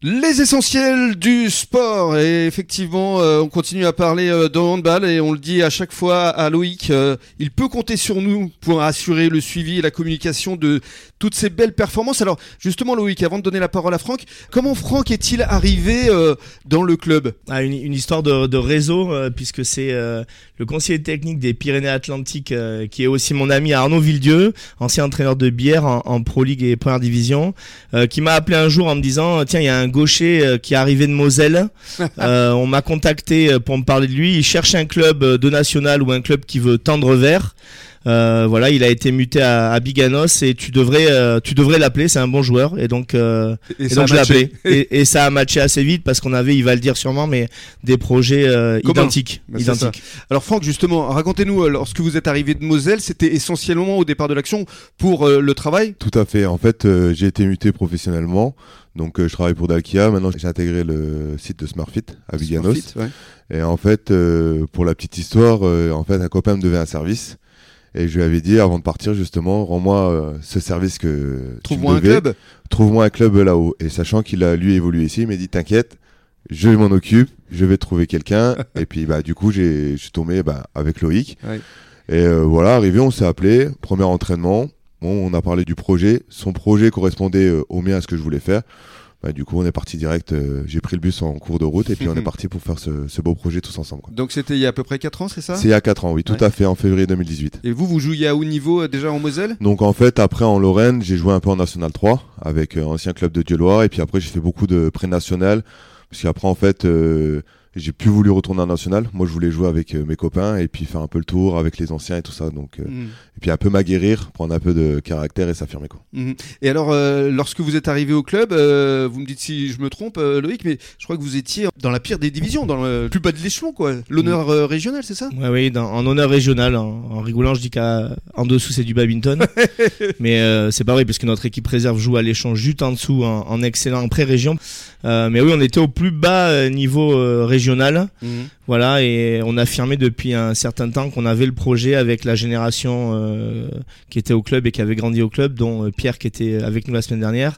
Les essentiels du sport, et effectivement on continue à parler de handball et on le dit à chaque fois à Loïc, il peut compter sur nous pour assurer le suivi et la communication de toutes ces belles performances. Alors justement Loïc, avant de donner la parole à Franck, comment Franck est-il arrivé dans le club ? Une histoire de réseau, puisque c'est le conseiller technique des Pyrénées-Atlantiques qui est aussi mon ami Arnaud Villedieu, ancien entraîneur de bière en Pro League et Première Division, qui m'a appelé un jour en me disant tiens, il y a un gaucher qui est arrivé de Moselle, on m'a contacté pour me parler de lui, il cherche un club de national ou un club qui veut tendre vers. Voilà, il a été muté à Biganos et tu devrais l'appeler, c'est un bon joueur et donc je l'ai appelé et ça a matché assez vite parce qu'on avait, il va le dire sûrement, mais des projets identiques. Alors Franck, justement, racontez-nous, lorsque vous êtes arrivé de Moselle, c'était essentiellement au départ de l'action pour le travail ? Tout à fait, en fait j'ai été muté professionnellement, donc je travaille pour Dalkia, maintenant j'ai intégré le site de Smartfit à Biganos. Et en fait pour la petite histoire, en fait un copain me devait un service. Et je lui avais dit avant de partir justement, rends-moi ce service que trouve-moi un club. Trouve-moi un club là-haut. Et sachant qu'il a lui évolué ici, il m'a dit t'inquiète, je m'en occupe, je vais trouver quelqu'un. Et puis du coup je suis tombé avec Loïc. Ouais. Et voilà, arrivé, on s'est appelé, premier entraînement. Bon, on a parlé du projet. Son projet correspondait au mien à ce que je voulais faire. Du coup, on est parti direct. J'ai pris le bus en cours de route et puis on est parti pour faire ce beau projet tous ensemble. Quoi. Donc c'était il y a à peu près 4 ans, c'est ça ? C'est il y a 4 ans, oui, tout à fait, en février 2018. Et vous jouiez à haut niveau déjà en Moselle ? Donc en fait, après en Lorraine, j'ai joué un peu en National 3 avec ancien club de Dieulois et puis après j'ai fait beaucoup de pré-national parce qu'après en fait j'ai plus voulu retourner en national. Moi, je voulais jouer avec mes copains et puis faire un peu le tour avec les anciens et tout ça. Donc, et puis un peu m'aguerrir, prendre un peu de caractère et s'affirmer, quoi. Et alors, lorsque vous êtes arrivé au club, vous me dites si je me trompe, Loïc, mais je crois que vous étiez dans la pire des divisions, dans le plus bas de l'échelon, quoi. L'honneur régional, c'est ça ? Oui, en honneur régional. En rigolant, je dis qu'en dessous, c'est du badminton. Mais c'est pas vrai, parce que notre équipe réserve joue à l'échelon juste en dessous, en excellent, en pré-région. Mais oui, on était au plus bas niveau régional. Voilà, et on affirmait depuis un certain temps qu'on avait le projet avec la génération qui était au club et qui avait grandi au club, dont Pierre qui était avec nous la semaine dernière,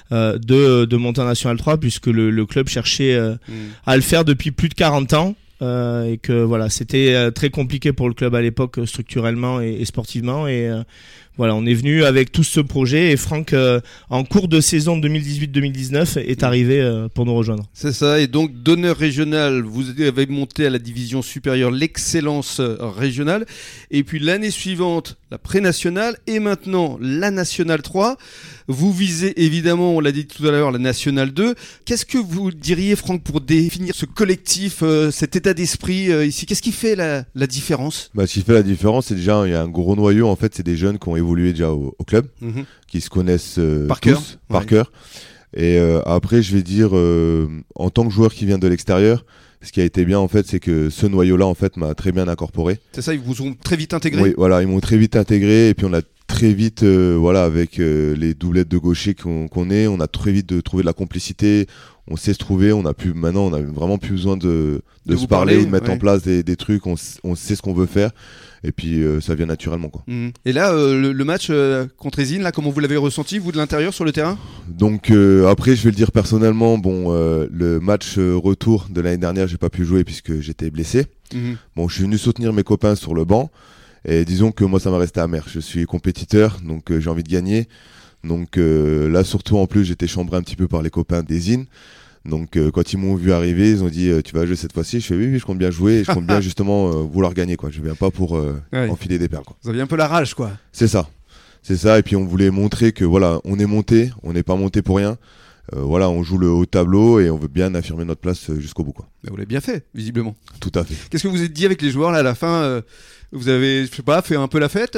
de monter en National 3 puisque le club cherchait à le faire depuis plus de 40 ans. Et que voilà, c'était très compliqué pour le club à l'époque structurellement et sportivement et voilà, on est venu avec tout ce projet et Franck en cours de saison 2018-2019 est arrivé pour nous rejoindre. C'est ça, et donc d'honneur régional, vous avez monté à la division supérieure l'excellence régionale et puis l'année suivante la pré-nationale et maintenant la nationale 3. Vous visez évidemment, on l'a dit tout à l'heure, la nationale 2. Qu'est-ce que vous diriez, Franck, pour définir ce collectif, cet état d'esprit ici ? Qu'est-ce qui fait la différence ? Ce qui fait la différence, c'est déjà il y a un gros noyau. En fait, c'est des jeunes qui ont évolué déjà au club, qui se connaissent par cœur. Et après, je vais dire, en tant que joueur qui vient de l'extérieur, ce qui a été bien en fait, c'est que ce noyau-là en fait m'a très bien incorporé. C'est ça, ils vous ont très vite intégré. Oui, voilà, ils m'ont très vite intégré et puis on a très vite, avec les doublettes de gauchers qu'on est, on a très vite trouvé de la complicité. On sait se trouver, maintenant on a vraiment plus besoin de se parler ou de mettre en place des trucs. On sait ce qu'on veut faire. Et puis ça vient naturellement, quoi. Et là, le match contre Ezine, là, comment vous l'avez ressenti, vous, de l'intérieur sur le terrain ? Donc après, je vais le dire personnellement, le match retour de l'année dernière, j'ai pas pu jouer puisque j'étais blessé. Bon, je suis venu soutenir mes copains sur le banc. Et disons que moi, ça m'a resté amer. Je suis compétiteur, donc j'ai envie de gagner. Donc là, surtout en plus, j'étais chambré un petit peu par les copains d'Ezine. Donc quand ils m'ont vu arriver, ils ont dit tu vas jouer cette fois-ci. Je fais oui, je compte bien jouer et je compte bien justement vouloir gagner, quoi. Je viens pas pour enfiler des perles, quoi. Vous aviez un peu la rage, quoi. C'est ça. Et puis on voulait montrer que voilà, on est monté, on n'est pas monté pour rien. On joue le haut tableau et on veut bien affirmer notre place jusqu'au bout, quoi. Vous l'avez bien fait, visiblement. Tout à fait. Qu'est-ce que vous êtes dit avec les joueurs là à la fin Vous avez, je sais pas, fait un peu la fête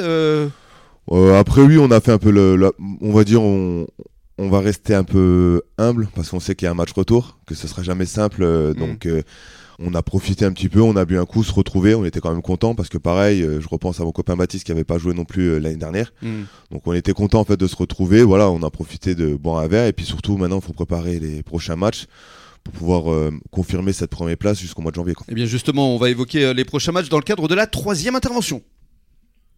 Après oui, on a fait un peu on va dire on va rester un peu humble parce qu'on sait qu'il y a un match retour, que ce sera jamais simple. Donc on a profité un petit peu, on a bu un coup, se retrouver, on était quand même content parce que pareil, je repense à mon copain Baptiste qui avait pas joué non plus l'année dernière. Donc on était content en fait de se retrouver. Voilà, on a profité de boire un verre et puis surtout maintenant il faut préparer les prochains matchs pour pouvoir confirmer cette première place jusqu'au mois de janvier, quoi. Et bien justement, on va évoquer les prochains matchs dans le cadre de la 3e intervention.